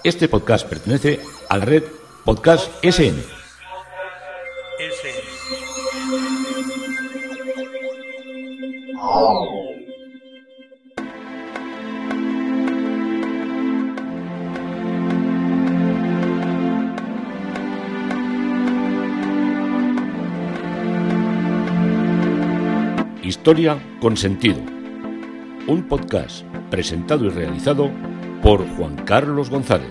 Este podcast pertenece a la red Podcast SN. Historia con sentido. Un podcast presentado y realizado por Juan Carlos González.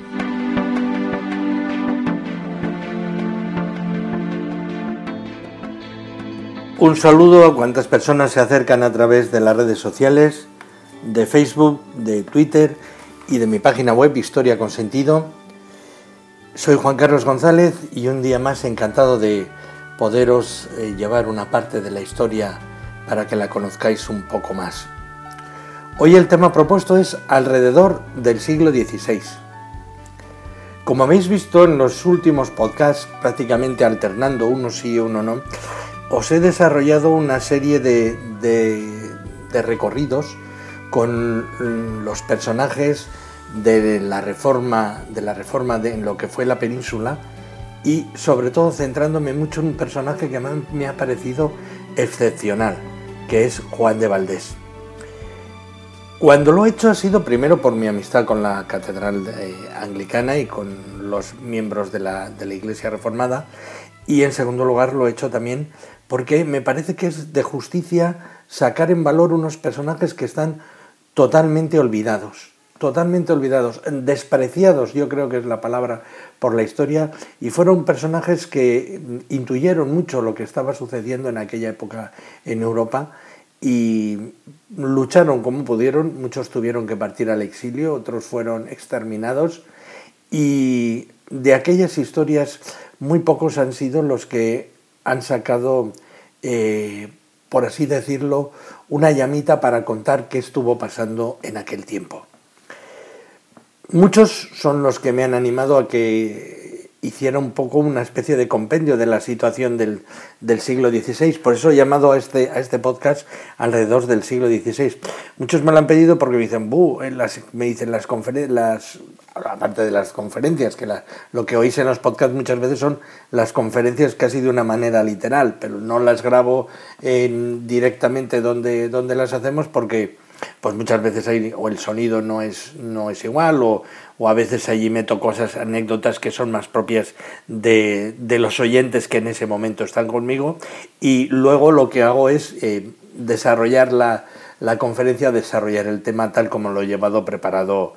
Un saludo a cuantas personas se acercan a través de las redes sociales, de Facebook, de Twitter y de mi página web Historia con Sentido. Soy Juan Carlos González y un día más encantado de poderos llevar una parte de la historia para que la conozcáis un poco más. Hoy el tema propuesto es alrededor del siglo XVI. Como habéis visto en los últimos podcasts, prácticamente alternando uno sí y uno no, os he desarrollado una serie de recorridos con los personajes de la reforma en lo que fue la península y sobre todo centrándome mucho en un personaje que me ha parecido excepcional, que es Juan de Valdés. Cuando lo he hecho ha sido primero por mi amistad con la catedral anglicana y con los miembros de la Iglesia Reformada, y en segundo lugar lo he hecho también porque me parece que es de justicia sacar en valor unos personajes que están totalmente olvidados, despreciados, yo creo que es la palabra, por la historia, y fueron personajes que intuyeron mucho lo que estaba sucediendo en aquella época en Europa y lucharon como pudieron. Muchos tuvieron que partir al exilio, otros fueron exterminados, y de aquellas historias muy pocos han sido los que han sacado, por así decirlo, una llamita para contar qué estuvo pasando en aquel tiempo. Muchos son los que me han animado a que hiciera un poco una especie de compendio de la situación del siglo XVI, por eso he llamado a este podcast alrededor del siglo XVI. Muchos me lo han pedido porque me dicen, aparte de las conferencias, que lo que oís en los podcasts muchas veces son las conferencias casi de una manera literal, pero no las grabo directamente donde las hacemos porque pues muchas veces o el sonido no es igual o a veces allí meto anécdotas que son más propias de los oyentes que en ese momento están conmigo, y luego lo que hago es desarrollar la conferencia, desarrollar el tema tal como lo he llevado preparado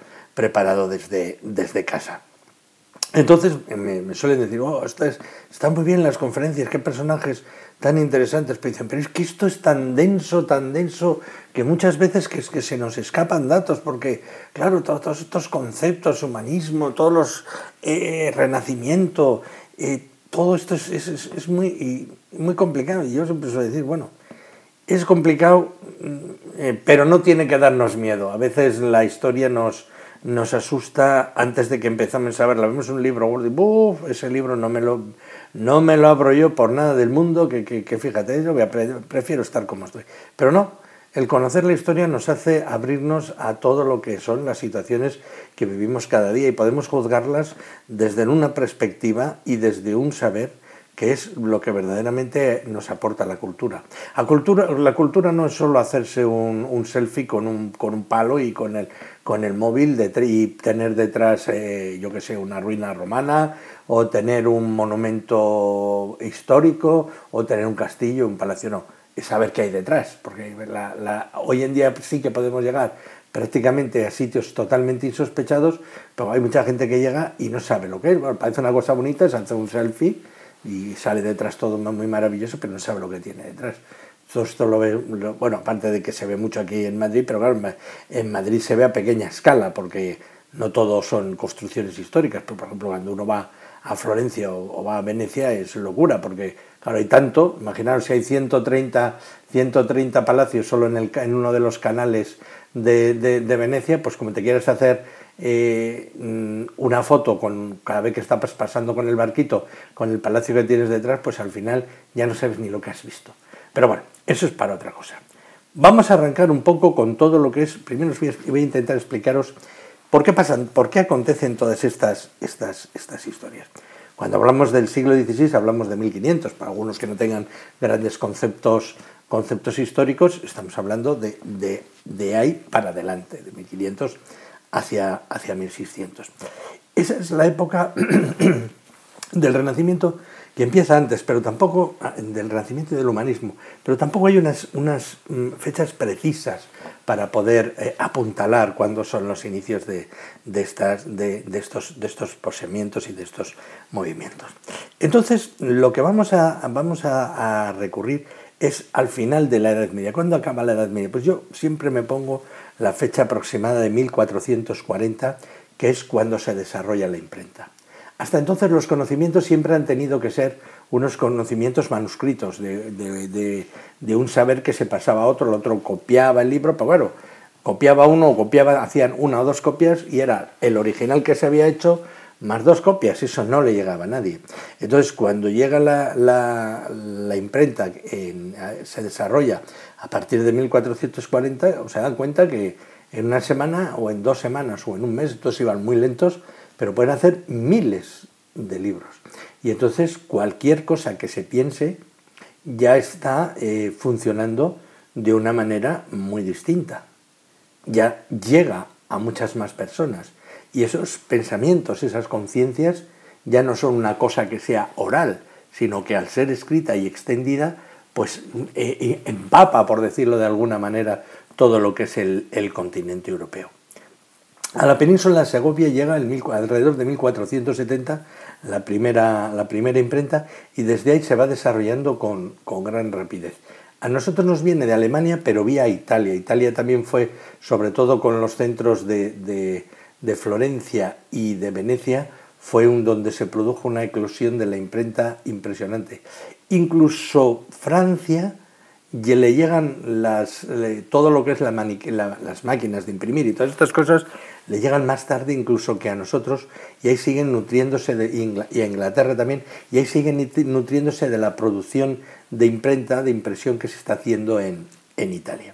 desde casa. Entonces me suelen decir, están muy bien las conferencias, qué personajes tan interesantes, pero dicen, pero es que esto es tan denso, que muchas veces que se nos escapan datos, porque claro, todos estos conceptos, humanismo, todos los renacimiento, todo esto es muy complicado. Y yo siempre suelo decir, bueno, es complicado, pero no tiene que darnos miedo. A veces la historia nos asusta antes de que empezamos a verla. Vemos un libro gordo y ese libro no me lo abro yo por nada del mundo, que fíjate, yo prefiero estar como estoy. Pero no, el conocer la historia nos hace abrirnos a todo lo que son las situaciones que vivimos cada día y podemos juzgarlas desde una perspectiva y desde un saber que es lo que verdaderamente nos aporta la cultura. La cultura no es solo hacerse un selfie con un palo y con el móvil y tener detrás, una ruina romana, o tener un monumento histórico, o tener un castillo, un palacio, no. Es saber qué hay detrás, porque hoy en día sí que podemos llegar prácticamente a sitios totalmente insospechados, pero hay mucha gente que llega y no sabe lo que es. Bueno, parece una cosa bonita, se hace un selfie y sale detrás todo muy maravilloso, pero no sabe lo que tiene detrás. Todo esto lo ve, aparte de que se ve mucho aquí en Madrid, pero claro, en Madrid se ve a pequeña escala, porque no todo son construcciones históricas. Pero, por ejemplo, cuando uno va a Florencia o va a Venecia es locura, porque claro, hay tanto. Imaginaos si hay 130 palacios solo en uno de los canales de Venecia, pues como te quieres hacer una foto cada vez que estás pasando con el barquito, con el palacio que tienes detrás, pues al final ya no sabes ni lo que has visto. Pero bueno, eso es para otra cosa. Vamos a arrancar un poco con todo lo que es. Primero os voy a intentar explicaros ¿Por qué pasan? ¿Por qué acontecen todas estas historias? Cuando hablamos del siglo XVI hablamos de 1500, para algunos que no tengan grandes conceptos históricos, estamos hablando de ahí para adelante, de 1500 hacia 1600. Esa es la época del Renacimiento, que empieza antes, pero tampoco del Renacimiento y del humanismo, pero tampoco hay unas fechas precisas para poder apuntalar cuándo son los inicios de estos posemientos y de estos movimientos. Entonces, lo que vamos a recurrir es al final de la Edad Media. ¿Cuándo acaba la Edad Media? Pues yo siempre me pongo la fecha aproximada de 1440, que es cuando se desarrolla la imprenta. Hasta entonces los conocimientos siempre han tenido que ser unos conocimientos manuscritos, de un saber que se pasaba a otro, el otro copiaba el libro, pero bueno, copiaba uno o hacían una o dos copias y era el original que se había hecho más dos copias, eso no le llegaba a nadie. Entonces cuando llega la imprenta, se desarrolla a partir de 1440, se dan cuenta que en una semana o en 2 semanas o en un mes, estos iban muy lentos, pero pueden hacer miles de libros. Y entonces cualquier cosa que se piense ya está funcionando de una manera muy distinta. Ya llega a muchas más personas. Y esos pensamientos, esas conciencias, ya no son una cosa que sea oral, sino que al ser escrita y extendida, pues empapa, por decirlo de alguna manera, todo lo que es el continente europeo. A la península de Segovia llega alrededor de 1470 la primera imprenta, y desde ahí se va desarrollando con gran rapidez. A nosotros nos viene de Alemania, pero vía Italia. Italia también fue, sobre todo con los centros de Florencia y de Venecia, fue donde se produjo una eclosión de la imprenta impresionante. Incluso Francia le llegan todo lo que es las máquinas de imprimir y todas estas cosas le llegan más tarde incluso que a nosotros, y ahí siguen nutriéndose, y a Inglaterra también, y ahí siguen nutriéndose de la producción de imprenta, de impresión que se está haciendo en Italia.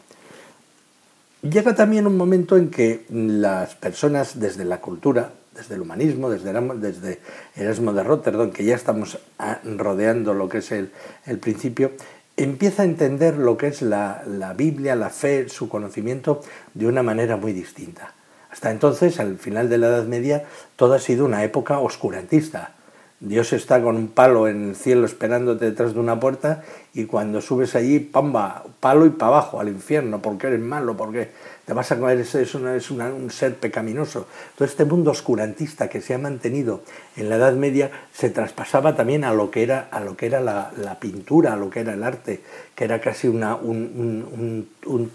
Llega también un momento en que las personas desde la cultura, desde el humanismo, desde Erasmo de Rotterdam, que ya estamos rodeando lo que es el principio, empieza a entender lo que es la Biblia, la fe, su conocimiento de una manera muy distinta. Hasta entonces, al final de la Edad Media, todo ha sido una época oscurantista. Dios está con un palo en el cielo esperándote detrás de una puerta, y cuando subes allí, ¡pamba!, palo y para abajo, al infierno, porque eres malo, porque te vas a comer, es un ser pecaminoso. Todo este mundo oscurantista que se ha mantenido en la Edad Media se traspasaba también a lo que era la pintura, a lo que era el arte, que era casi un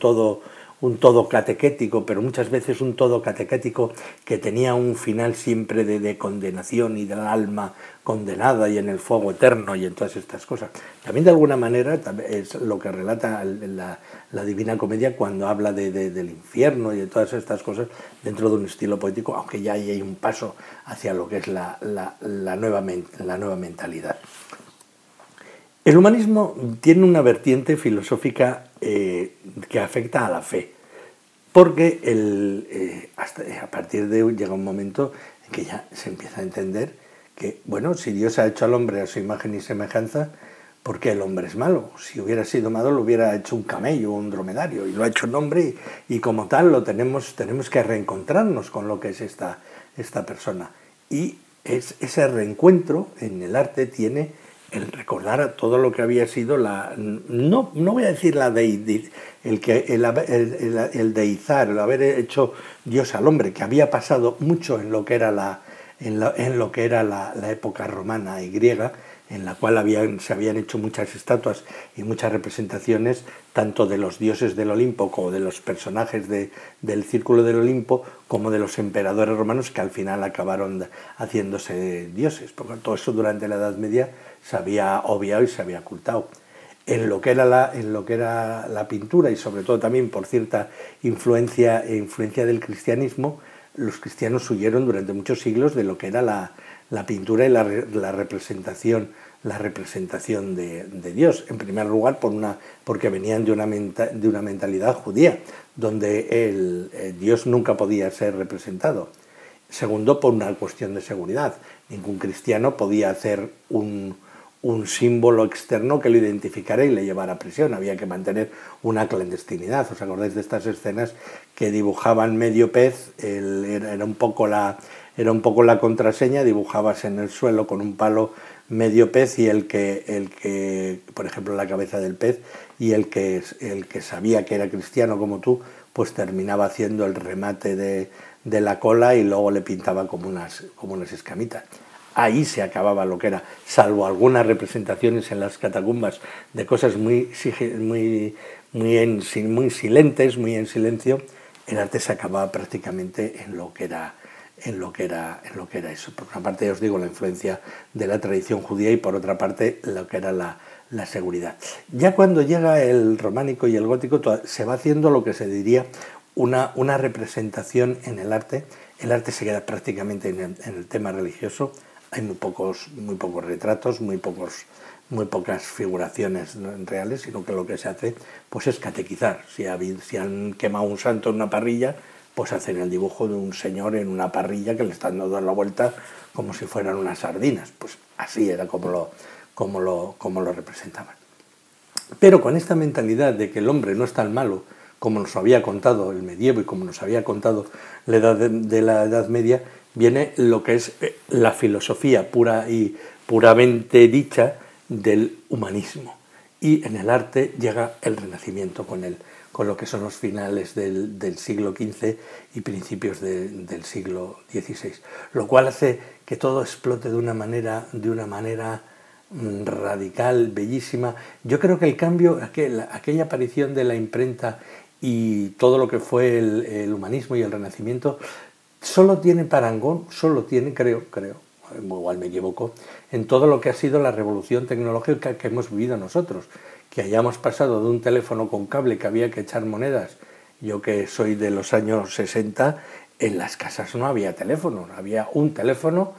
todo catequético, pero muchas veces un todo catequético que tenía un final siempre de condenación y del alma condenada y en el fuego eterno y en todas estas cosas. También de alguna manera es lo que relata la Divina Comedia cuando habla del infierno y de todas estas cosas dentro de un estilo poético, aunque ya hay un paso hacia lo que es la nueva mentalidad. El humanismo tiene una vertiente filosófica que afecta a la fe, porque a partir de hoy llega un momento en que ya se empieza a entender que, bueno, si Dios ha hecho al hombre a su imagen y semejanza, ¿por qué el hombre es malo? Si hubiera sido malo, lo hubiera hecho un camello o un dromedario, y lo ha hecho un hombre, y como tal tenemos que reencontrarnos con lo que es esta persona. Y ese reencuentro en el arte tiene el recordar a todo lo que había sido no voy a decir el deizar, el haber hecho Dios al hombre, que había pasado mucho en lo que era la época romana y griega, en la cual se habían hecho muchas estatuas y muchas representaciones tanto de los dioses del Olimpo como de los personajes del Círculo del Olimpo, como de los emperadores romanos, que al final acabaron haciéndose dioses, porque todo eso durante la Edad Media se había obviado y se había ocultado. En lo que era la pintura, y sobre todo también por cierta influencia del cristianismo, los cristianos huyeron durante muchos siglos de lo que era la pintura y la representación la representación de Dios. En primer lugar, porque venían de una mentalidad judía, donde Dios nunca podía ser representado. Segundo, por una cuestión de seguridad. Ningún cristiano podía hacer un símbolo externo que lo identificara y le llevara a prisión. Había que mantener una clandestinidad. ¿Os acordáis de estas escenas que dibujaban medio pez? Era un poco la contraseña. Dibujabas en el suelo con un palo medio pez y el que por ejemplo, la cabeza del pez, y el que sabía que era cristiano como tú, pues terminaba haciendo el remate de la cola y luego le pintaba como unas escamitas. Ahí se acababa lo que era, salvo algunas representaciones en las catacumbas de cosas muy silentes, muy en silencio. El arte se acababa prácticamente en lo que era eso. Por una parte, ya os digo, la influencia de la tradición judía, y por otra parte, lo que era la seguridad. Ya cuando llega el románico y el gótico, se va haciendo lo que se diría una representación en el arte. El arte se queda prácticamente en el tema religioso. Hay muy pocos retratos, muy pocas figuraciones reales, sino que lo que se hace pues es catequizar. Si han quemado un santo en una parrilla, pues hacen el dibujo de un señor en una parrilla que le están dando la vuelta como si fueran unas sardinas. Pues así era como lo representaban. Pero con esta mentalidad de que el hombre no es tan malo como nos había contado el medievo y como nos había contado la Edad Media, viene lo que es la filosofía pura y puramente dicha del humanismo. Y en el arte llega el Renacimiento con lo que son los finales del siglo XV y principios del siglo XVI, lo cual hace que todo explote de una manera radical, bellísima. Yo creo que el cambio, aquella aparición de la imprenta y todo lo que fue el humanismo y el Renacimiento, solo tiene parangón, creo, igual me equivoco, en todo lo que ha sido la revolución tecnológica que hemos vivido nosotros, que hayamos pasado de un teléfono con cable que había que echar monedas. Yo, que soy de los años 60, en las casas no había teléfono, había un teléfono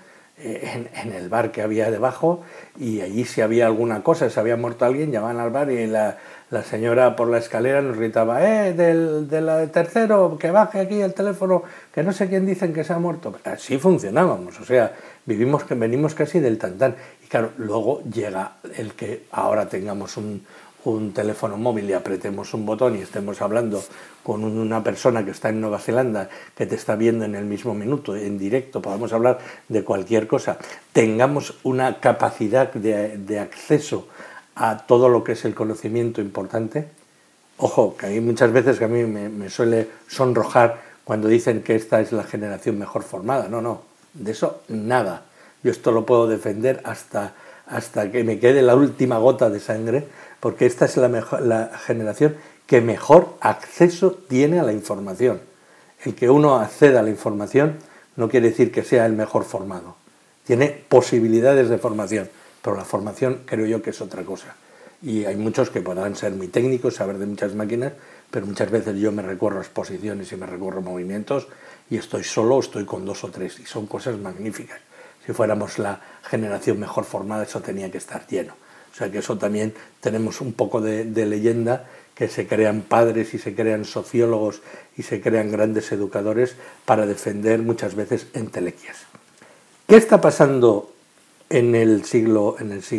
en el bar que había debajo, y allí, si había alguna cosa, se había muerto alguien, llamaban al bar y la señora por la escalera nos gritaba: del tercero, que baje aquí el teléfono, que no sé quién dicen que se ha muerto. Así funcionábamos, o sea, venimos casi del tantán. Y claro, luego llega el que ahora tengamos un teléfono móvil y apretemos un botón y estemos hablando con una persona que está en Nueva Zelanda, que te está viendo en el mismo minuto, en directo, podamos hablar de cualquier cosa, tengamos una capacidad de acceso a todo lo que es el conocimiento importante. Ojo, que hay muchas veces que a mí me suele sonrojar cuando dicen que esta es la generación mejor formada. No, de eso nada. Yo esto lo puedo defender hasta que me quede la última gota de sangre, porque esta es la generación que mejor acceso tiene a la información. El que uno acceda a la información no quiere decir que sea el mejor formado. Tiene posibilidades de formación, pero la formación creo yo que es otra cosa. Y hay muchos que podrán ser muy técnicos, saber de muchas máquinas, pero muchas veces yo me recorro exposiciones y me recorro movimientos y estoy solo o estoy con 2 o 3, y son cosas magníficas. Si fuéramos la generación mejor formada, eso tenía que estar lleno. O sea que eso también tenemos un poco de leyenda, que se crean padres y se crean sociólogos y se crean grandes educadores para defender muchas veces entelequias. ¿Qué está pasando en el siglo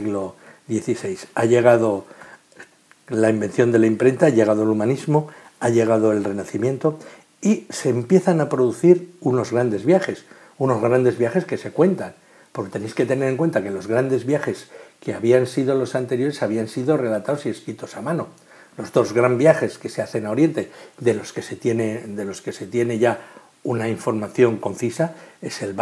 XVI? Ha llegado la invención de la imprenta, ha llegado el humanismo, ha llegado el Renacimiento, y se empiezan a producir unos grandes viajes que se cuentan, porque tenéis que tener en cuenta que los grandes viajes que habían sido los anteriores habían sido relatados y escritos a mano. Los 2 gran viajes que se hacen a Oriente, de los que se tiene ya una información concisa, es el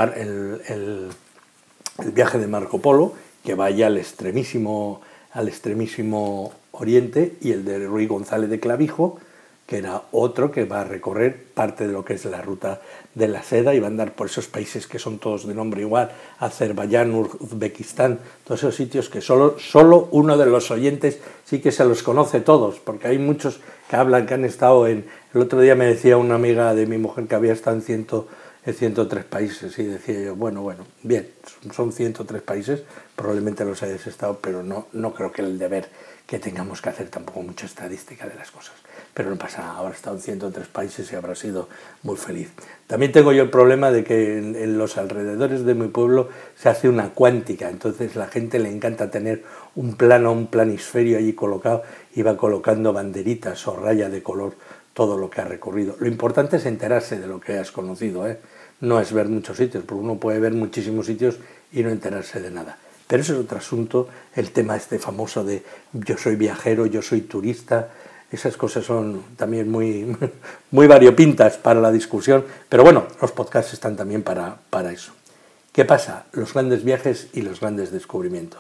viaje de Marco Polo, que vaya al extremísimo Oriente, y el de Ruy González de Clavijo, que era otro que va a recorrer parte de lo que es la ruta de la seda y va a andar por esos países que son todos de nombre igual, Azerbaiyán, Uzbekistán, todos esos sitios que solo uno de los oyentes sí que se los conoce todos, porque hay muchos que hablan, que han estado el otro día me decía una amiga de mi mujer que había estado 103 países, y decía yo, bueno, bien, son 103 países, probablemente los hayas estado, pero no creo que el deber que tengamos que hacer tampoco mucha estadística de las cosas. Pero no pasa nada, habrá estado en 103 países y habrá sido muy feliz. También tengo yo el problema de que en los alrededores de mi pueblo se hace una cuántica, entonces la gente le encanta tener un planisferio allí colocado y va colocando banderitas o raya de color todo lo que ha recorrido. Lo importante es enterarse de lo que has conocido, ¿eh? No es ver muchos sitios, porque uno puede ver muchísimos sitios y no enterarse de nada. Pero eso es otro asunto, el tema este famoso de yo soy viajero, yo soy turista. Esas cosas son también muy variopintas para la discusión, pero bueno, los podcasts están también para eso. ¿Qué pasa? Los grandes viajes y los grandes descubrimientos.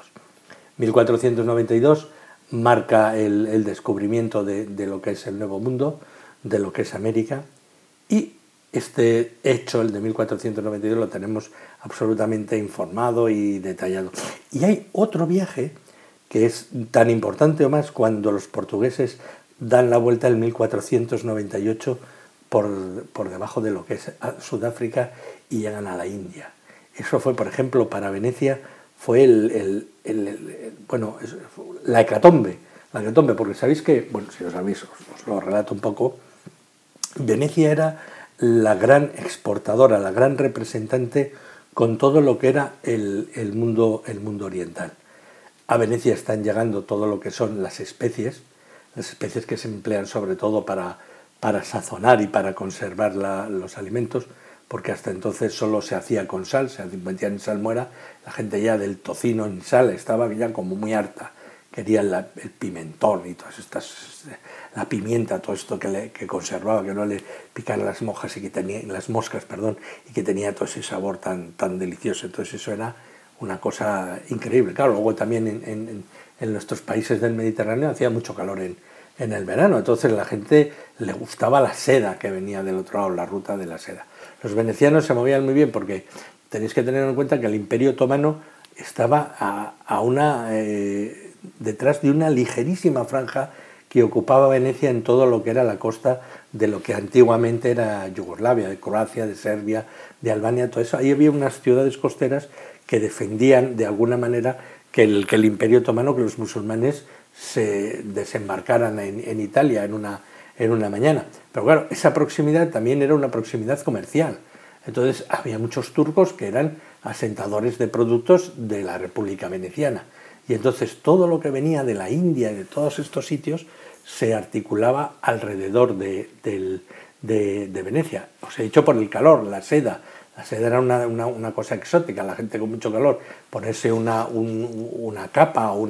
1492 marca el descubrimiento de lo que es el Nuevo Mundo, de lo que es América, y este hecho, el de 1492, lo tenemos absolutamente informado y detallado. Y hay otro viaje que es tan importante o más cuando los portugueses dan la vuelta en 1498 por debajo de lo que es Sudáfrica y llegan a la India. Eso fue, por ejemplo, para Venecia, fue la hecatombe, porque sabéis que, bueno, si lo sabéis, os lo relato un poco, Venecia era la gran exportadora, la gran representante con todo lo que era el mundo oriental. A Venecia están llegando todo lo que son las especies que se emplean sobre todo para sazonar y para conservar los alimentos, porque hasta entonces solo se hacía con sal, se metía en salmuera, la gente ya del tocino en sal estaba ya como muy harta, querían el pimentón y todas estas, la pimienta, todo esto que conservaba, que no le picaran las moscas y que tenía todo ese sabor tan delicioso. Entonces eso era una cosa increíble. Claro, luego también en nuestros países del Mediterráneo hacía mucho calor en el verano, entonces a la gente le gustaba la seda que venía del otro lado, la ruta de la seda. Los venecianos se movían muy bien porque tenéis que tener en cuenta que el Imperio Otomano estaba detrás de una ligerísima franja que ocupaba Venecia en todo lo que era la costa de lo que antiguamente era Yugoslavia, de Croacia, de Serbia, de Albania, todo eso. Ahí había unas ciudades costeras que defendían de alguna manera que el Imperio Otomano, que los musulmanes se desembarcaran en Italia en una mañana. Pero claro, esa proximidad también era una proximidad comercial. Entonces había muchos turcos que eran asentadores de productos de la República Veneciana. Y entonces todo lo que venía de la India y de todos estos sitios se articulaba alrededor de Venecia. Os he dicho por el calor, la seda. La seda era una cosa exótica, la gente con mucho calor, ponerse una capa o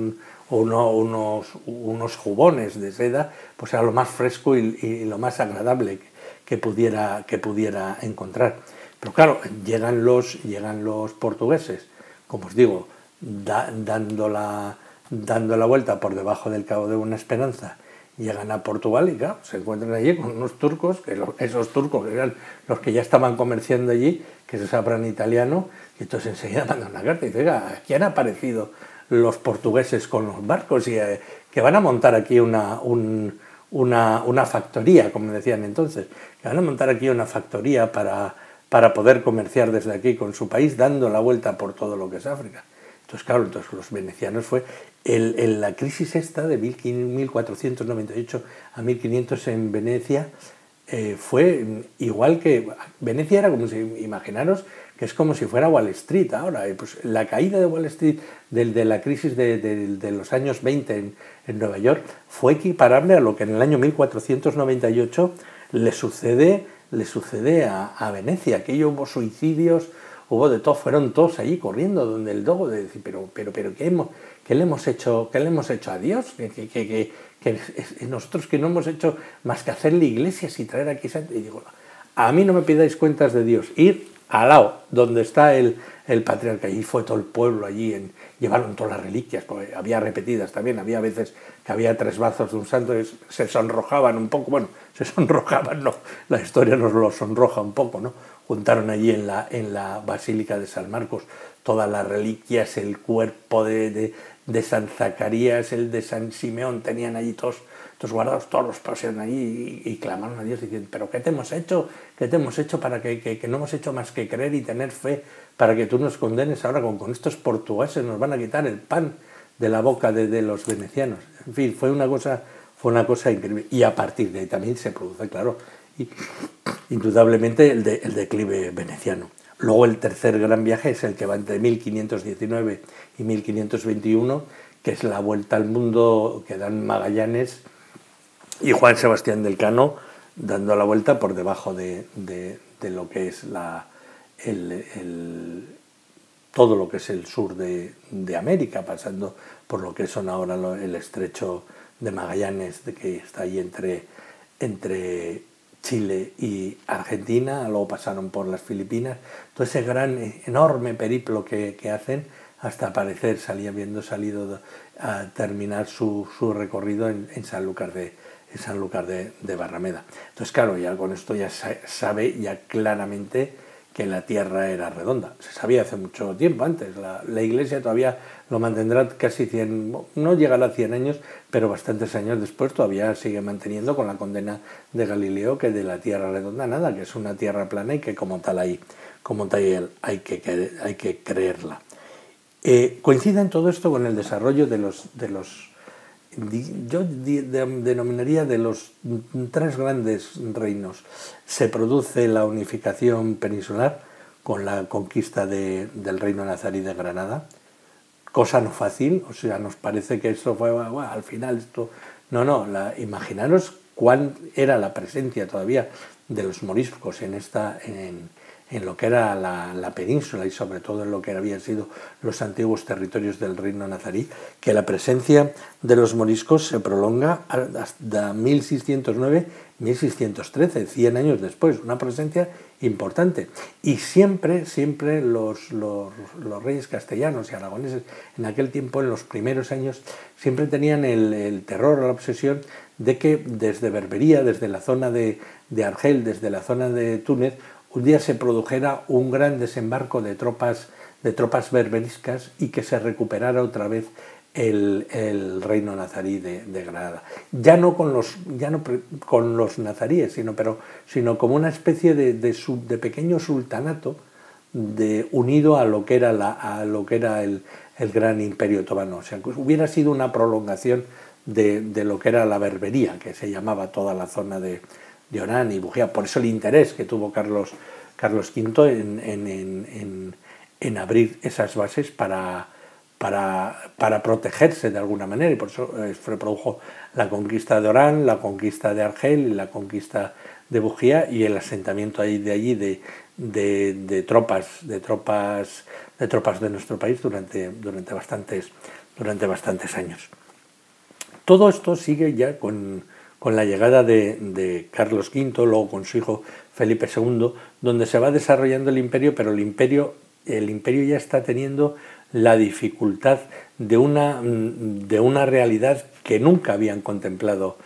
unos jubones de seda, pues era lo más fresco y lo más agradable que pudiera encontrar. Pero claro, llegan los portugueses, como os digo, dando la vuelta por debajo del Cabo de Buena Esperanza, llegan a Portugal y claro, se encuentran allí con unos turcos, esos turcos que eran los que ya estaban comerciando allí, que se sabrán italiano, y entonces enseguida mandan una carta y dicen, aquí han aparecido los portugueses con los barcos y que van a montar aquí una factoría, como decían entonces, que van a montar aquí una factoría para poder comerciar desde aquí con su país, dando la vuelta por todo lo que es África. Entonces, claro, los venecianos fue la crisis esta de 1498 a 1500 en Venecia, fue igual que Venecia era como si, imaginaros que es como si fuera Wall Street ahora. Pues la caída de Wall Street de la crisis de los años 20 en Nueva York fue equiparable a lo que en el año 1498 le sucede a Venecia. Aquello hubo suicidios, hubo de todo, fueron todos allí corriendo donde el dogo de decir, pero ¿qué le hemos hecho a Dios? Que nosotros que no hemos hecho más que hacerle iglesias y traer aquí santos. Y digo, a mí no me pidáis cuentas de Dios, ir al lado donde está el patriarca, y fue todo el pueblo allí, llevaron todas las reliquias, porque había repetidas también, había veces que había 3 brazos de un santo y se sonrojaban un poco, bueno, se sonrojaban, no, la historia nos lo sonroja un poco, ¿no? Juntaron allí en la Basílica de San Marcos todas las reliquias, el cuerpo de San Zacarías, el de San Simeón, tenían allí Estos guardados todos los pasean ahí y clamaron a Dios diciendo, pero ¿qué te hemos hecho? ¿Qué te hemos hecho para que no hemos hecho más que creer y tener fe para que tú nos condenes ahora con estos portugueses? Nos van a quitar el pan de la boca de los venecianos. En fin, fue una cosa increíble. Y a partir de ahí también se produce, claro, indudablemente el declive veneciano. Luego el tercer gran viaje es el que va entre 1519 y 1521, que es la vuelta al mundo que dan Magallanes y Juan Sebastián del Cano, dando la vuelta por debajo de lo que es todo lo que es el sur de América, pasando por lo que son ahora el estrecho de Magallanes, que está ahí entre Chile y Argentina, luego pasaron por las Filipinas, todo ese gran, enorme periplo que hacen hasta aparecer, habiendo salido a terminar su recorrido en Sanlúcar de Barrameda. Entonces, claro, ya con esto ya sabe ya claramente que la Tierra era redonda. Se sabía hace mucho tiempo antes. La Iglesia todavía lo mantendrá casi 100, no llegará a 100 años, pero bastantes años después todavía sigue manteniendo con la condena de Galileo que de la Tierra redonda nada, que es una Tierra plana y que como tal hay que creerla. Coincide en todo esto con el desarrollo de los yo denominaría de los tres grandes reinos. Se produce la unificación peninsular con la conquista del reino nazarí de Granada, cosa no fácil, o sea, nos parece que esto fue, bueno, al final esto... No, imaginaros cuál era la presencia todavía de los moriscos en lo que era la península y sobre todo en lo que habían sido los antiguos territorios del reino nazarí, que la presencia de los moriscos se prolonga hasta 1609-1613, 100 años después, una presencia importante. Y siempre los reyes castellanos y aragoneses en aquel tiempo, en los primeros años, siempre tenían el terror, la obsesión de que desde Berbería, desde la zona de Argel, desde la zona de Túnez, un día se produjera un gran desembarco de tropas berberiscas y que se recuperara otra vez el reino nazarí de Granada. Ya no con los nazaríes, sino como una especie de pequeño sultanato unido a lo que era el gran imperio otomano. O sea, que hubiera sido una prolongación de lo que era la Berbería, que se llamaba toda la zona de Orán y Bujía. Por eso el interés que tuvo Carlos V en abrir esas bases para protegerse de alguna manera, y por eso se produjo la conquista de Orán, la conquista de Argel y la conquista de Bujía y el asentamiento de allí de tropas de nuestro país durante bastantes años. Todo esto sigue ya con la llegada de Carlos V, luego con su hijo Felipe II, donde se va desarrollando el imperio, pero el imperio ya está teniendo la dificultad de una realidad que nunca había contemplado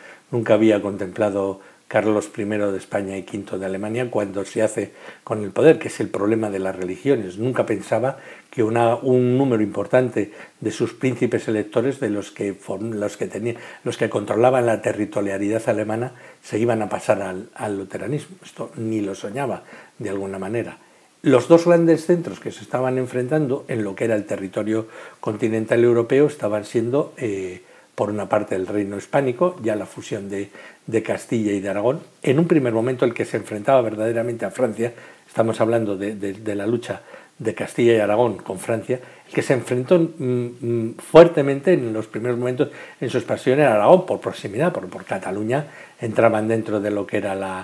Carlos I de España y V de Alemania cuando se hace con el poder, que es el problema de las religiones. Nunca pensaba que un número importante de sus príncipes electores, de los que controlaban la territorialidad alemana, se iban a pasar al luteranismo. Esto ni lo soñaba de alguna manera. Los dos grandes centros que se estaban enfrentando en lo que era el territorio continental europeo estaban siendo, por una parte, el reino hispánico, ya la fusión de Castilla y de Aragón. En un primer momento el que se enfrentaba verdaderamente a Francia, estamos hablando de la lucha de Castilla y Aragón con Francia, el que se enfrentó fuertemente en los primeros momentos en su expansión era Aragón, por proximidad, por Cataluña entraban dentro de lo que era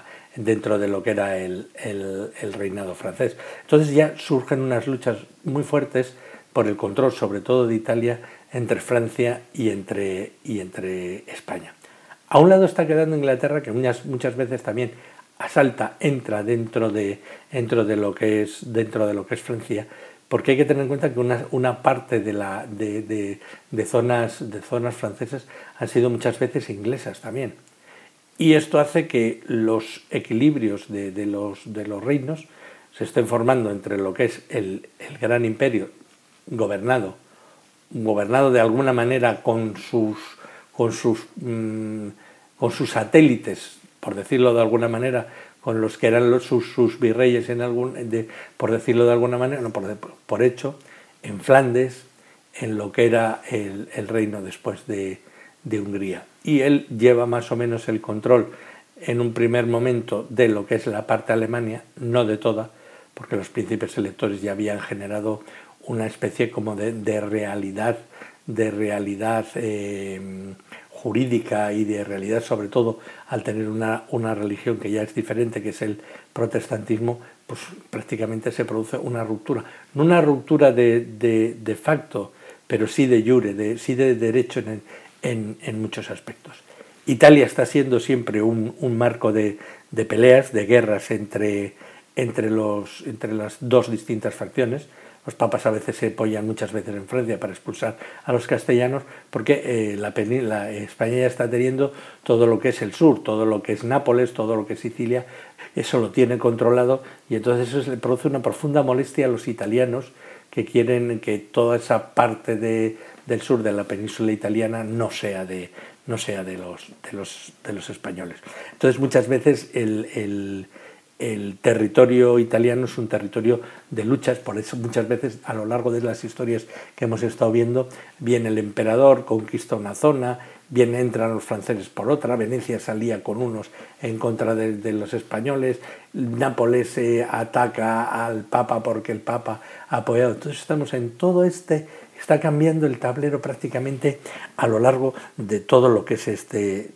el reinado francés. Entonces ya surgen unas luchas muy fuertes por el control, sobre todo de Italia, entre Francia y entre España. A un lado está quedando Inglaterra, que muchas veces también entra dentro de lo que es Francia, porque hay que tener en cuenta que una parte de zonas francesas han sido muchas veces inglesas también. Y esto hace que los equilibrios de los reinos se estén formando entre lo que es el gran imperio gobernado de alguna manera con sus con sus satélites, por decirlo de alguna manera, con los que eran sus virreyes, por decirlo de alguna manera, no por hecho, en Flandes, en lo que era el reino después de Hungría. Y él lleva más o menos el control en un primer momento de lo que es la parte de Alemania, no de toda, porque los príncipes electores ya habían generado una especie como de realidad jurídica y de realidad, sobre todo al tener una religión que ya es diferente, que es el protestantismo, pues prácticamente se produce una ruptura. No una ruptura de facto, pero sí de jure, sí de derecho en muchos aspectos. Italia está siendo siempre un marco de peleas, de guerras entre las dos distintas facciones. Los papas a veces se apoyan muchas veces en Francia para expulsar a los castellanos, porque España ya está teniendo todo lo que es el sur, todo lo que es Nápoles, todo lo que es Sicilia, eso lo tiene controlado, y entonces eso le produce una profunda molestia a los italianos, que quieren que toda esa parte del sur de la península italiana no sea de los españoles. Entonces muchas veces el territorio italiano es un territorio de luchas, por eso muchas veces a lo largo de las historias que hemos estado viendo, viene el emperador, conquista una zona, entran los franceses por otra, Venecia salía con unos en contra de los españoles, Nápoles ataca al Papa porque el Papa ha apoyado. Entonces estamos en todo está cambiando el tablero prácticamente a lo largo de todo lo que es este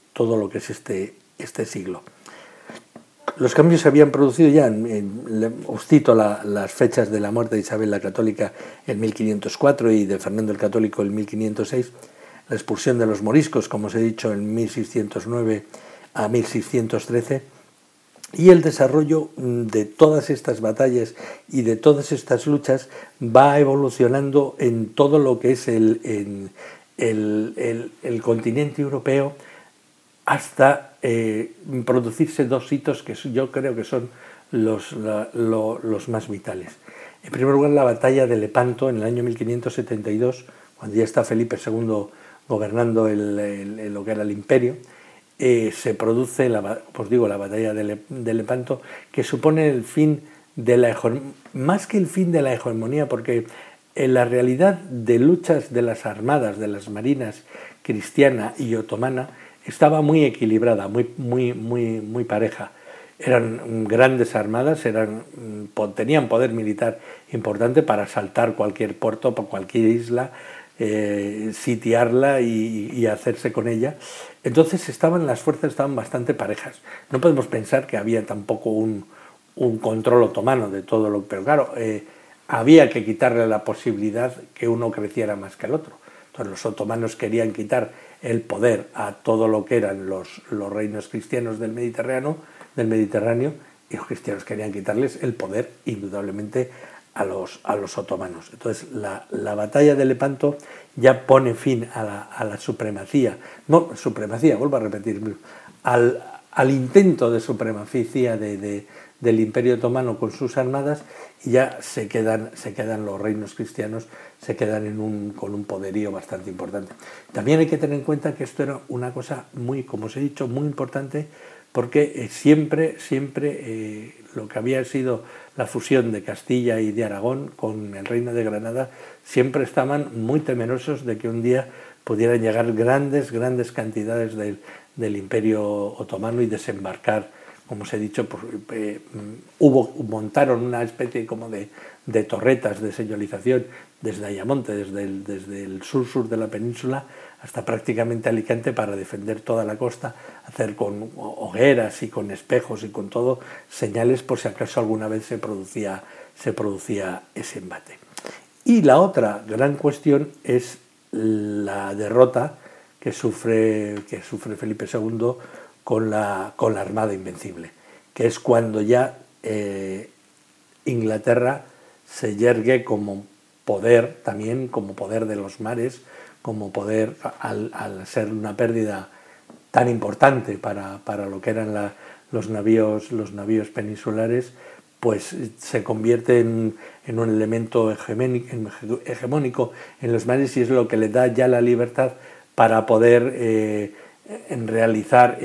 siglo. Los cambios se habían producido ya, os cito las fechas de la muerte de Isabel la Católica en 1504 y de Fernando el Católico en 1506, la expulsión de los moriscos, como os he dicho, en 1609 a 1613, y el desarrollo de todas estas batallas y de todas estas luchas va evolucionando en todo lo que es el continente europeo, hasta producirse dos hitos que yo creo que son los más vitales. En primer lugar, la batalla de Lepanto en el año 1572, cuando ya está Felipe II gobernando lo que era el imperio, se produce la batalla de Lepanto, que supone el fin más que el fin de la hegemonía, porque en la realidad de luchas de las armadas, de las marinas cristiana y otomana, estaba muy equilibrada, muy pareja. Eran grandes armadas, tenían poder militar importante para asaltar cualquier puerto, cualquier isla, sitiarla y hacerse con ella. Entonces las fuerzas estaban bastante parejas. No podemos pensar que había tampoco un control otomano de todo lo que... Pero claro, había que quitarle la posibilidad que uno creciera más que el otro. Entonces los otomanos querían quitar el poder a todo lo que eran los reinos cristianos del Mediterráneo, y los cristianos querían quitarles el poder, indudablemente, a los otomanos. Entonces la batalla de Lepanto ya pone fin a la supremacía, vuelvo a repetir, al intento de supremacía del Imperio Otomano con sus armadas, y ya se quedan los reinos cristianos, se quedan con un poderío bastante importante. También hay que tener en cuenta que esto era una cosa como os he dicho, muy importante, porque siempre lo que había sido la fusión de Castilla y de Aragón con el Reino de Granada, siempre estaban muy temerosos de que un día pudieran llegar grandes cantidades del Imperio Otomano y desembarcar. Como os he dicho, montaron una especie como de torretas de señalización desde Ayamonte, desde el sur de la península hasta prácticamente Alicante, para defender toda la costa, hacer con hogueras y con espejos y con todo señales por si acaso alguna vez se producía ese embate. Y la otra gran cuestión es la derrota que sufre Felipe II con la Armada Invencible, que es cuando ya Inglaterra se yergue como poder, también como poder de los mares, como poder, al ser una pérdida tan importante para lo que eran los navíos peninsulares, pues se convierte en un elemento hegemónico en los mares, y es lo que le da ya la libertad para poder en realizar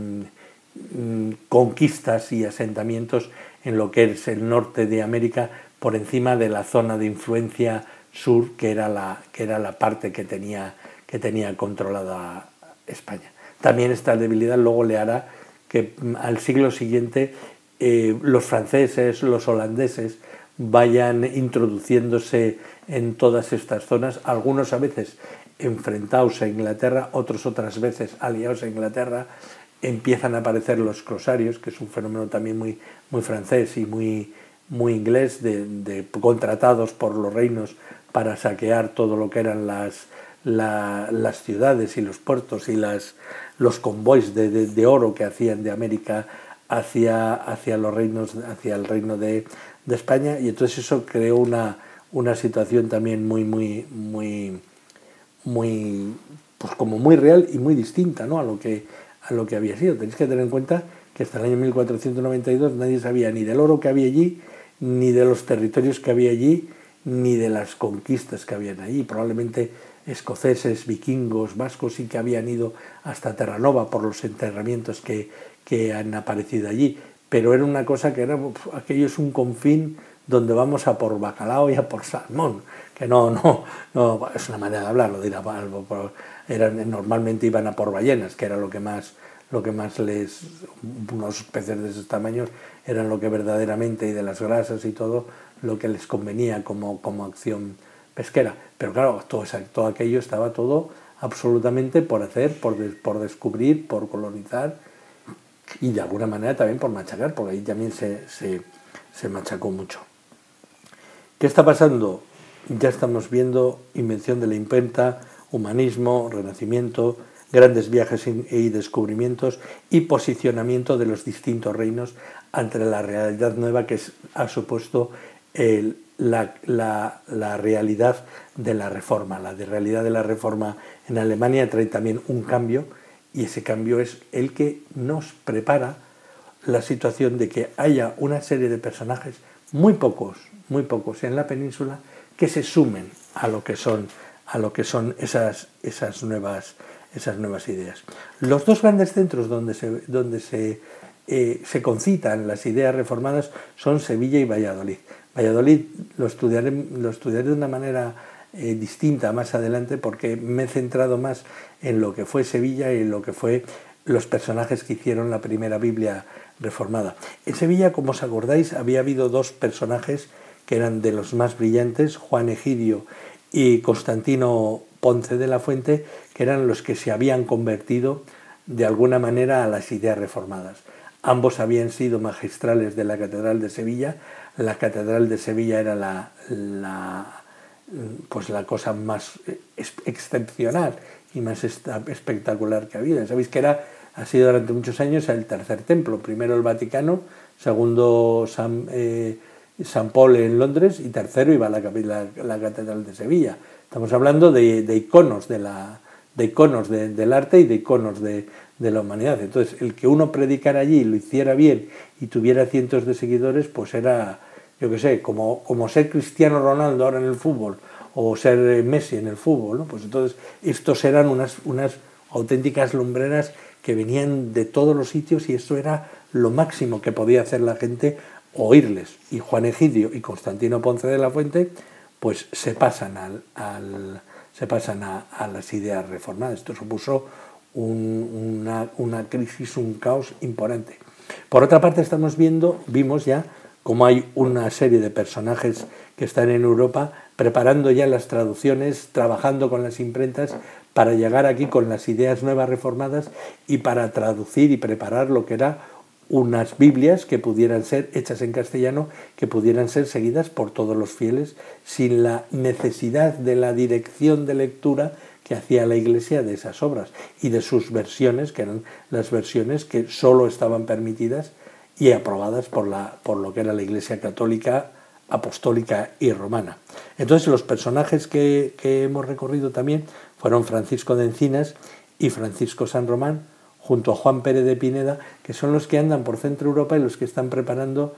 conquistas y asentamientos en lo que es el norte de América por encima de la zona de influencia sur, que era la parte que tenía controlada España. También esta debilidad luego le hará que al siglo siguiente los franceses, los holandeses vayan introduciéndose en todas estas zonas, algunos a veces enfrentados a Inglaterra, otras veces aliados a Inglaterra. Empiezan a aparecer los corsarios, que es un fenómeno también muy francés y muy inglés, de contratados por los reinos para saquear todo lo que eran las ciudades y los puertos y los convoys de oro que hacían de América hacia los reinos, hacia el reino de España, y entonces eso creó una situación también muy pues como muy real y muy distinta, ¿no?, a lo que había sido. Tenéis que tener en cuenta que hasta el año 1492 nadie sabía ni del oro que había allí, ni de los territorios que había allí, ni de las conquistas que habían allí. Probablemente escoceses, vikingos, vascos sí que habían ido hasta Terranova por los enterramientos que han aparecido allí, pero era una cosa que era, aquello es un confín donde vamos a por bacalao y a por salmón, que no es una manera de hablar, lo dirá, normalmente iban a por ballenas, que era lo que más unos peces de esos tamaños eran lo que verdaderamente, y de las grasas y todo, lo que les convenía como acción pesquera. Pero claro, todo aquello estaba todo absolutamente por hacer, por descubrir, por colonizar, y de alguna manera también por machacar, porque ahí también se machacó mucho. ¿Qué está pasando? Ya estamos viendo invención de la imprenta, humanismo, renacimiento, grandes viajes y descubrimientos y posicionamiento de los distintos reinos ante la realidad nueva que ha supuesto la realidad de la Reforma. La realidad de la Reforma en Alemania trae también un cambio, y ese cambio es el que nos prepara la situación de que haya una serie de personajes, muy pocos en la península, que se sumen a lo que son esas nuevas ideas. Los dos grandes centros donde se concitan las ideas reformadas son Sevilla y Valladolid. Valladolid lo estudiaré de una manera distinta más adelante, porque me he centrado más en lo que fue Sevilla y en lo que fue los personajes que hicieron la primera Biblia reformada. En Sevilla, como os acordáis, había habido dos personajes que eran de los más brillantes, Juan Egidio y Constantino Ponce de la Fuente, que eran los que se habían convertido de alguna manera a las ideas reformadas. Ambos habían sido magistrales de la Catedral de Sevilla. La Catedral de Sevilla era la cosa más excepcional y más espectacular que había. Sabéis que ha sido durante muchos años el tercer templo, primero el Vaticano, segundo San Paul en Londres, y tercero iba la Catedral de Sevilla. Estamos hablando de iconos del arte y de iconos de la humanidad. Entonces, el que uno predicara allí, lo hiciera bien y tuviera cientos de seguidores, pues era, yo qué sé, como ser Cristiano Ronaldo ahora en el fútbol, o ser Messi en el fútbol, ¿no? Pues entonces estos eran unas auténticas lumbreras que venían de todos los sitios, y esto era lo máximo que podía hacer la gente, oírles. Y Juan Egidio y Constantino Ponce de la Fuente pues se pasan a las ideas reformadas. Esto supuso una crisis, un caos importante. Por otra parte, vimos ya cómo hay una serie de personajes que están en Europa preparando ya las traducciones, trabajando con las imprentas para llegar aquí con las ideas nuevas reformadas y para traducir y preparar lo que era unas Biblias que pudieran ser hechas en castellano, que pudieran ser seguidas por todos los fieles, sin la necesidad de la dirección de lectura que hacía la Iglesia de esas obras y de sus versiones, que eran las versiones que solo estaban permitidas y aprobadas por lo que era la Iglesia católica, apostólica y romana. Entonces, los personajes que hemos recorrido también fueron Francisco de Encinas y Francisco San Román, junto a Juan Pérez de Pineda, que son los que andan por Centro Europa y los que están preparando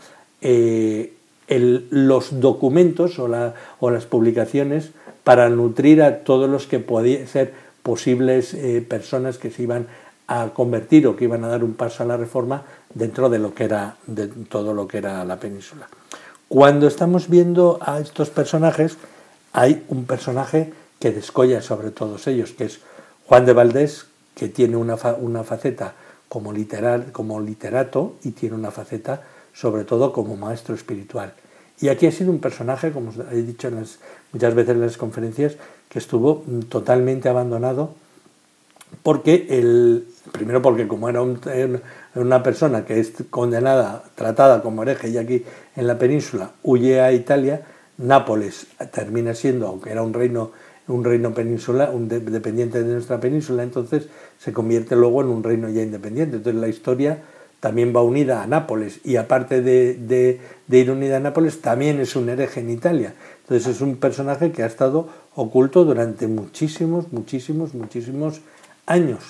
los documentos o las publicaciones para nutrir a todos los que podían ser posibles personas que se iban a convertir o que iban a dar un paso a la reforma dentro de todo lo que era la península. Cuando estamos viendo a estos personajes, hay un personaje que descolla sobre todos ellos, que es Juan de Valdés, que tiene una faceta como literato y tiene una faceta sobre todo como maestro espiritual. Y aquí ha sido un personaje, como he dicho muchas veces en las conferencias, que estuvo totalmente abandonado primero porque como era una persona que es condenada, tratada como hereje y aquí en la península huye a Italia, Nápoles termina siendo, aunque era un reino peninsular, dependiente de nuestra península, entonces se convierte luego en un reino ya independiente. Entonces la historia también va unida a Nápoles y aparte de ir unida a Nápoles también es un hereje en Italia. Entonces es un personaje que ha estado oculto durante muchísimos años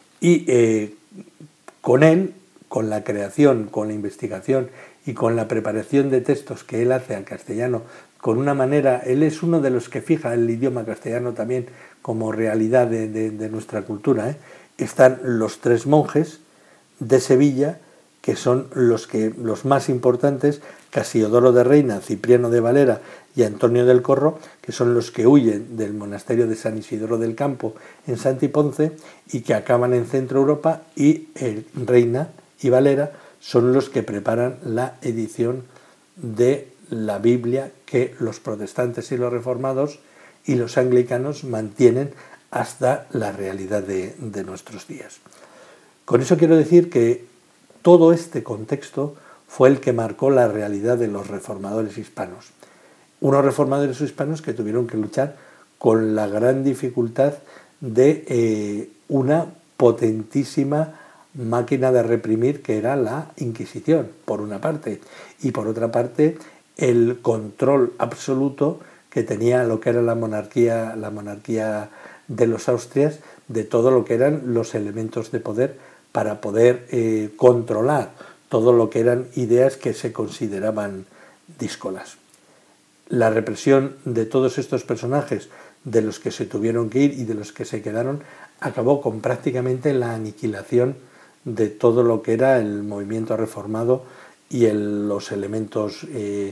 y con él, con la creación, con la investigación y con la preparación de textos que él hace al castellano, con una manera, él es uno de los que fija el idioma castellano también como realidad de nuestra cultura. Están los 3 monjes de Sevilla, que son los más importantes, Casiodoro de Reina, Cipriano de Valera y Antonio del Corro, que son los que huyen del monasterio de San Isidoro del Campo en Santiponce y que acaban en Centro Europa, y Reina y Valera son los que preparan la edición de la Biblia que los protestantes y los reformados y los anglicanos mantienen hasta la realidad de nuestros días. Con eso quiero decir que todo este contexto fue el que marcó la realidad de los reformadores hispanos. Unos reformadores hispanos que tuvieron que luchar con la gran dificultad de una potentísima máquina de reprimir que era la Inquisición, por una parte, y por otra parte el control absoluto que tenía lo que era la monarquía de los Austrias, de todo lo que eran los elementos de poder para poder controlar todo lo que eran ideas que se consideraban díscolas. La represión de todos estos personajes, de los que se tuvieron que ir y de los que se quedaron, acabó con prácticamente la aniquilación de todo lo que era el movimiento reformado y los elementos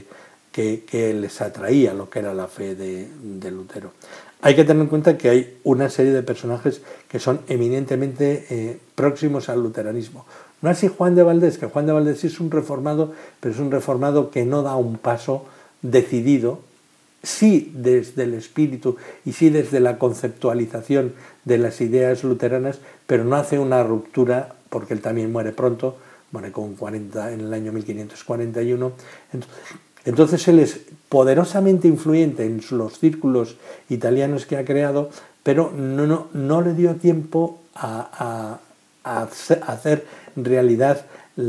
que les atraía lo que era la fe de Lutero. Hay que tener en cuenta que hay una serie de personajes que son eminentemente próximos al luteranismo. No así Juan de Valdés, que Juan de Valdés es un reformado, pero es un reformado que no da un paso decidido, sí desde el espíritu y sí desde la conceptualización de las ideas luteranas, pero no hace una ruptura, porque él también muere pronto, muere en el año 1541. Entonces él es poderosamente influyente en los círculos italianos que ha creado, pero no le dio tiempo a hacer realidad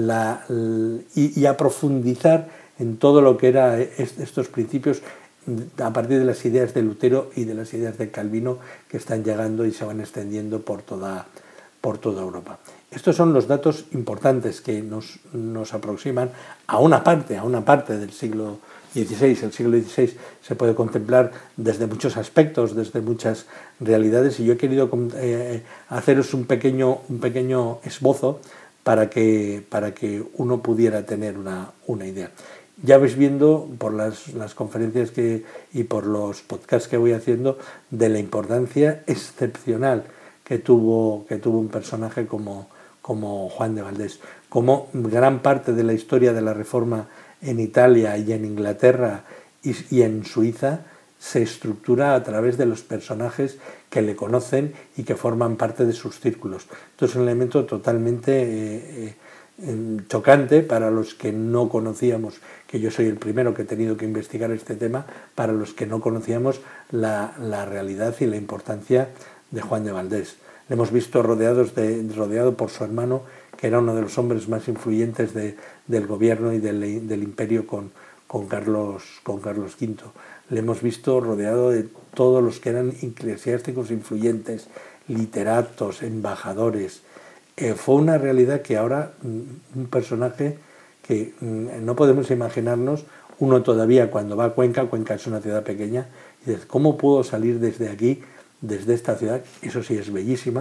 y a profundizar en todo lo que eran estos principios a partir de las ideas de Lutero y de las ideas de Calvino, que están llegando y se van extendiendo por toda Europa. Estos son los datos importantes que nos aproximan a una parte del siglo XVI. El siglo XVI se puede contemplar desde muchos aspectos, desde muchas realidades, y yo he querido haceros un pequeño esbozo para que uno pudiera tener una idea. Ya vais viendo por las conferencias y por los podcasts que voy haciendo de la importancia excepcional que tuvo un personaje como Juan de Valdés, como gran parte de la historia de la Reforma en Italia y en Inglaterra y en Suiza se estructura a través de los personajes que le conocen y que forman parte de sus círculos. Esto es un elemento totalmente chocante para los que no conocíamos, que yo soy el primero que he tenido que investigar este tema, para los que no conocíamos la realidad y la importancia de Juan de Valdés. Le hemos visto rodeado por su hermano, que era uno de los hombres más influyentes del gobierno y del imperio con Carlos V. Le hemos visto rodeado de todos los que eran eclesiásticos influyentes, literatos, embajadores. Fue una realidad que ahora, un personaje que no podemos imaginarnos, uno todavía cuando va a Cuenca es una ciudad pequeña, y dice, ¿cómo puedo salir desde aquí, desde esta ciudad? Eso sí es bellísima,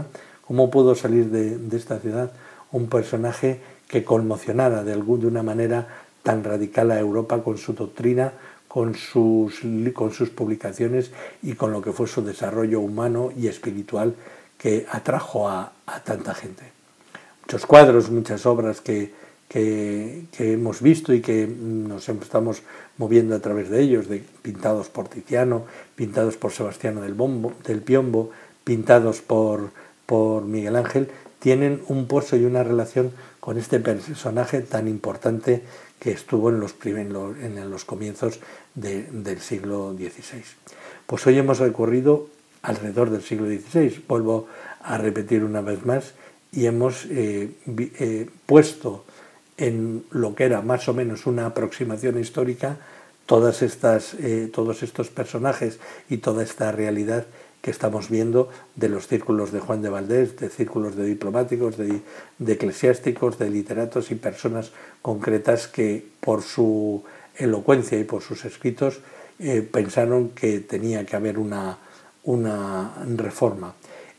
¿Cómo pudo salir de esta ciudad un personaje que conmocionara de una manera tan radical a Europa con su doctrina, con sus publicaciones y con lo que fue su desarrollo humano y espiritual que atrajo a tanta gente? Muchos cuadros, muchas obras que hemos visto y que nos estamos moviendo a través de ellos, pintados por Tiziano, pintados por Sebastiano del Piombo, pintados por Miguel Ángel, tienen un pozo y una relación con este personaje tan importante que estuvo en los comienzos del siglo XVI. Pues hoy hemos recorrido alrededor del siglo XVI, vuelvo a repetir una vez más, y hemos puesto en lo que era más o menos una aproximación histórica todos estos personajes y toda esta realidad que estamos viendo de los círculos de Juan de Valdés, de círculos de diplomáticos, de eclesiásticos, de literatos y personas concretas que por su elocuencia y por sus escritos pensaron que tenía que haber una reforma.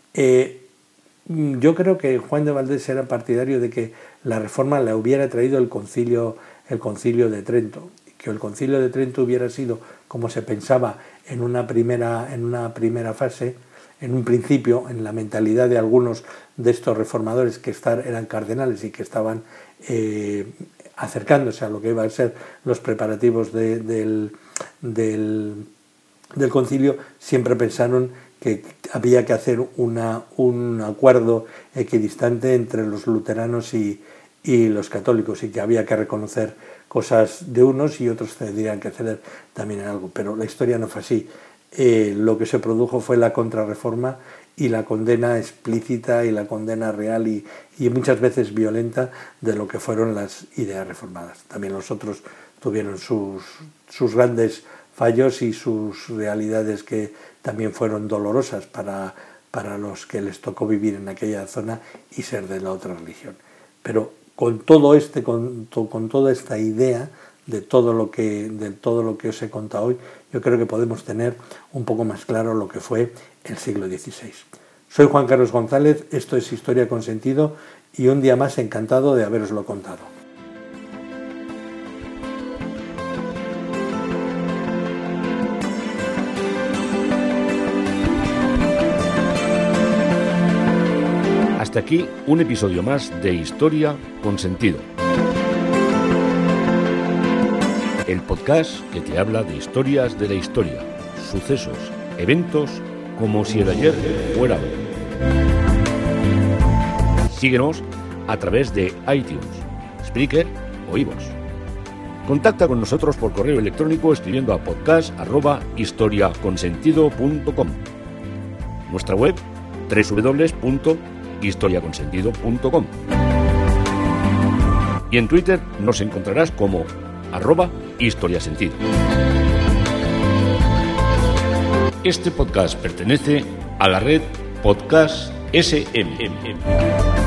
Yo creo que Juan de Valdés era partidario de que la reforma la hubiera traído el concilio de Trento, que el concilio de Trento hubiera sido como se pensaba en una primera fase, en un principio, en la mentalidad de algunos de estos reformadores que eran cardenales y que estaban acercándose a lo que iban a ser los preparativos del concilio, siempre pensaron que había que hacer un acuerdo equidistante entre los luteranos y los católicos, y que había que reconocer cosas de unos y otros tendrían que ceder también en algo. Pero la historia no fue así. Lo que se produjo fue la contrarreforma y la condena explícita y la condena real y muchas veces violenta de lo que fueron las ideas reformadas. También los otros tuvieron sus grandes fallos y sus realidades que también fueron dolorosas para los que les tocó vivir en aquella zona y ser de la otra religión. Pero con toda esta idea de todo lo que os he contado hoy, yo creo que podemos tener un poco más claro lo que fue el siglo XVI. Soy Juan Carlos González, esto es Historia con Sentido, y un día más encantado de haberoslo contado. Hasta aquí un episodio más de Historia con Sentido. El podcast que te habla de historias de la historia, sucesos, eventos, como si el ayer fuera hoy. Síguenos a través de iTunes, Spreaker o iVoox. Contacta con nosotros por correo electrónico escribiendo a podcast@historiaconsentido.com. Nuestra web www.historiaconsentido.com. Y en Twitter nos encontrarás como @historiasentido. Este podcast pertenece a la red Podcast SMM.